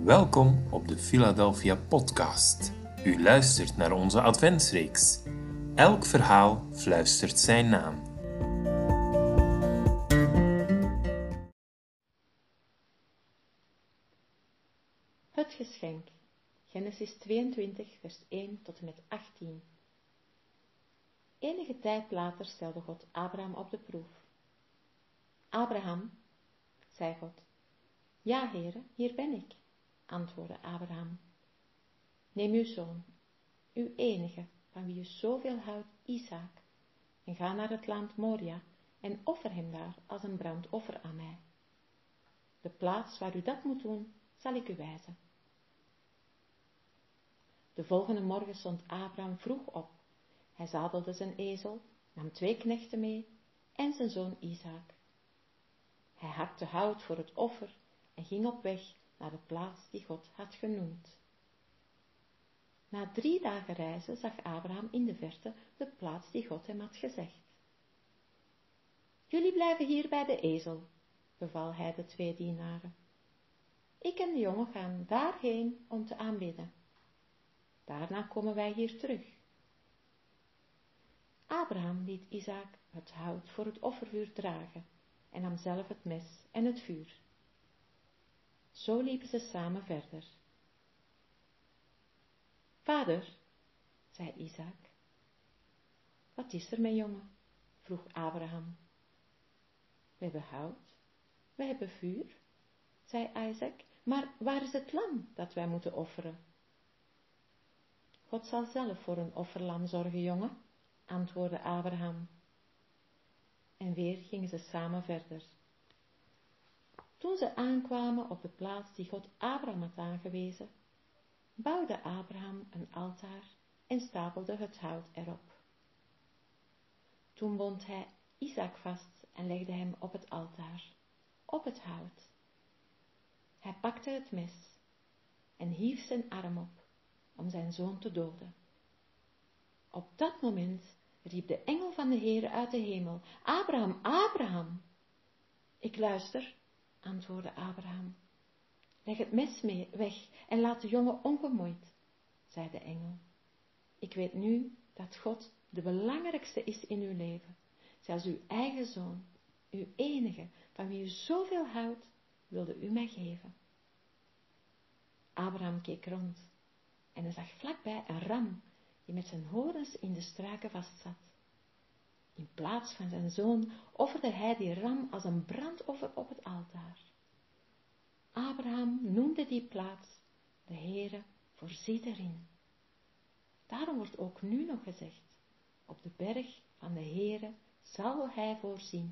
Welkom op de Philadelphia Podcast. U luistert naar onze adventsreeks. Elk verhaal fluistert zijn naam. Het geschenk. Genesis 22, vers 1 tot en met 18. Enige tijd later stelde God Abraham op de proef. Abraham, zei God. Ja, Heere, hier ben ik, antwoordde Abraham. Neem uw zoon, uw enige, van wie u zoveel houdt, Isaak, en ga naar het land Moria en offer hem daar als een brandoffer aan mij. De plaats waar u dat moet doen, zal ik u wijzen. De volgende morgen stond Abraham vroeg op. Hij zadelde zijn ezel, nam 2 knechten mee en zijn zoon Isaak. Hij hakte hout voor het offer en ging op weg naar de plaats die God had genoemd. Na 3 dagen reizen zag Abraham in de verte de plaats die God hem had gezegd. Jullie blijven hier bij de ezel, beval hij de 2 dienaren. Ik en de jongen gaan daarheen om te aanbidden. Daarna komen wij hier terug. Abraham liet Isaak het hout voor het offervuur dragen en nam zelf het mes en het vuur. Zo liepen ze samen verder. Vader, zei Isaak. Wat is er, mijn jongen? Vroeg Abraham. We hebben hout, we hebben vuur, zei Isaac, maar waar is het lam dat wij moeten offeren? God zal zelf voor een offerlam zorgen, jongen, antwoordde Abraham. En weer gingen ze samen verder. Toen ze aankwamen op de plaats die God Abraham had aangewezen, bouwde Abraham een altaar en stapelde het hout erop. Toen bond hij Isaak vast en legde hem op het altaar, op het hout. Hij pakte het mes en hief zijn arm op om zijn zoon te doden. Op dat moment riep de engel van de Heere uit de hemel, Abraham, Abraham! Ik luister, antwoordde Abraham. Leg het mes mee weg en laat de jongen ongemoeid, zei de engel. Ik weet nu dat God de belangrijkste is in uw leven, zelfs uw eigen zoon, uw enige, van wie u zoveel houdt, wilde u mij geven. Abraham keek rond en hij zag vlakbij een ram die met zijn horens in de struiken vastzat. In plaats van zijn zoon offerde hij die ram als een brandoffer op het altaar. Abraham noemde die plaats, de Heere voorziet erin. Daarom wordt ook nu nog gezegd, op de berg van de Heere zal hij voorzien.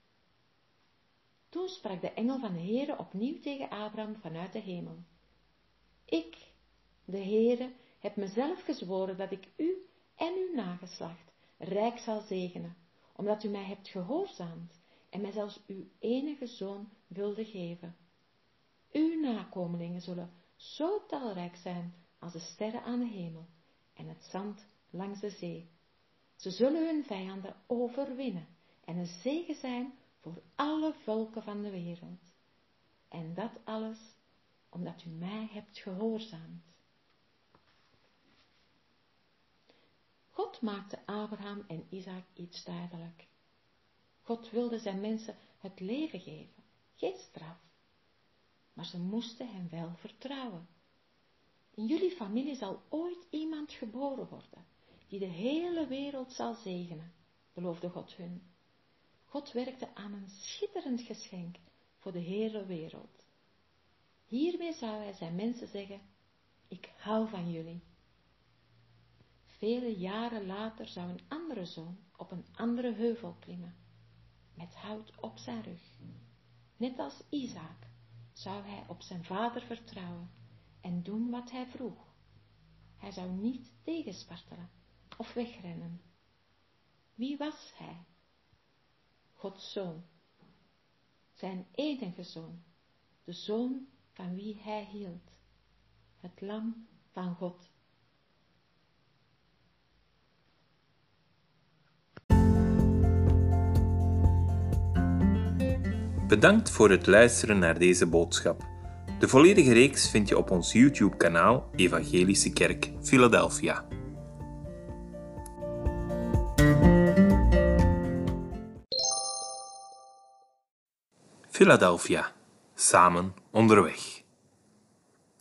Toen sprak de engel van de Heere opnieuw tegen Abraham vanuit de hemel. Ik, de Heere, heb mezelf gezworen dat ik u en uw nageslacht rijk zal zegenen, omdat u mij hebt gehoorzaamd en mij zelfs uw enige zoon wilde geven. Uw nakomelingen zullen zo talrijk zijn als de sterren aan de hemel en het zand langs de zee. Ze zullen hun vijanden overwinnen en een zegen zijn voor alle volken van de wereld. En dat alles omdat u mij hebt gehoorzaamd. God maakte Abraham en Isaak iets duidelijk. God wilde zijn mensen het leven geven, geen straf. Maar ze moesten hem wel vertrouwen. In jullie familie zal ooit iemand geboren worden, die de hele wereld zal zegenen, beloofde God hun. God werkte aan een schitterend geschenk voor de hele wereld. Hiermee zou hij zijn mensen zeggen, ik hou van jullie. Vele jaren later zou een andere zoon op een andere heuvel klimmen, met hout op zijn rug. Net als Isaak zou hij op zijn vader vertrouwen en doen wat hij vroeg. Hij zou niet tegenspartelen of wegrennen. Wie was hij? Gods zoon, zijn enige zoon, de zoon van wie hij hield, het lam van God. Bedankt voor het luisteren naar deze boodschap. De volledige reeks vind je op ons YouTube-kanaal Evangelische Kerk Philadelphia. Philadelphia, samen onderweg.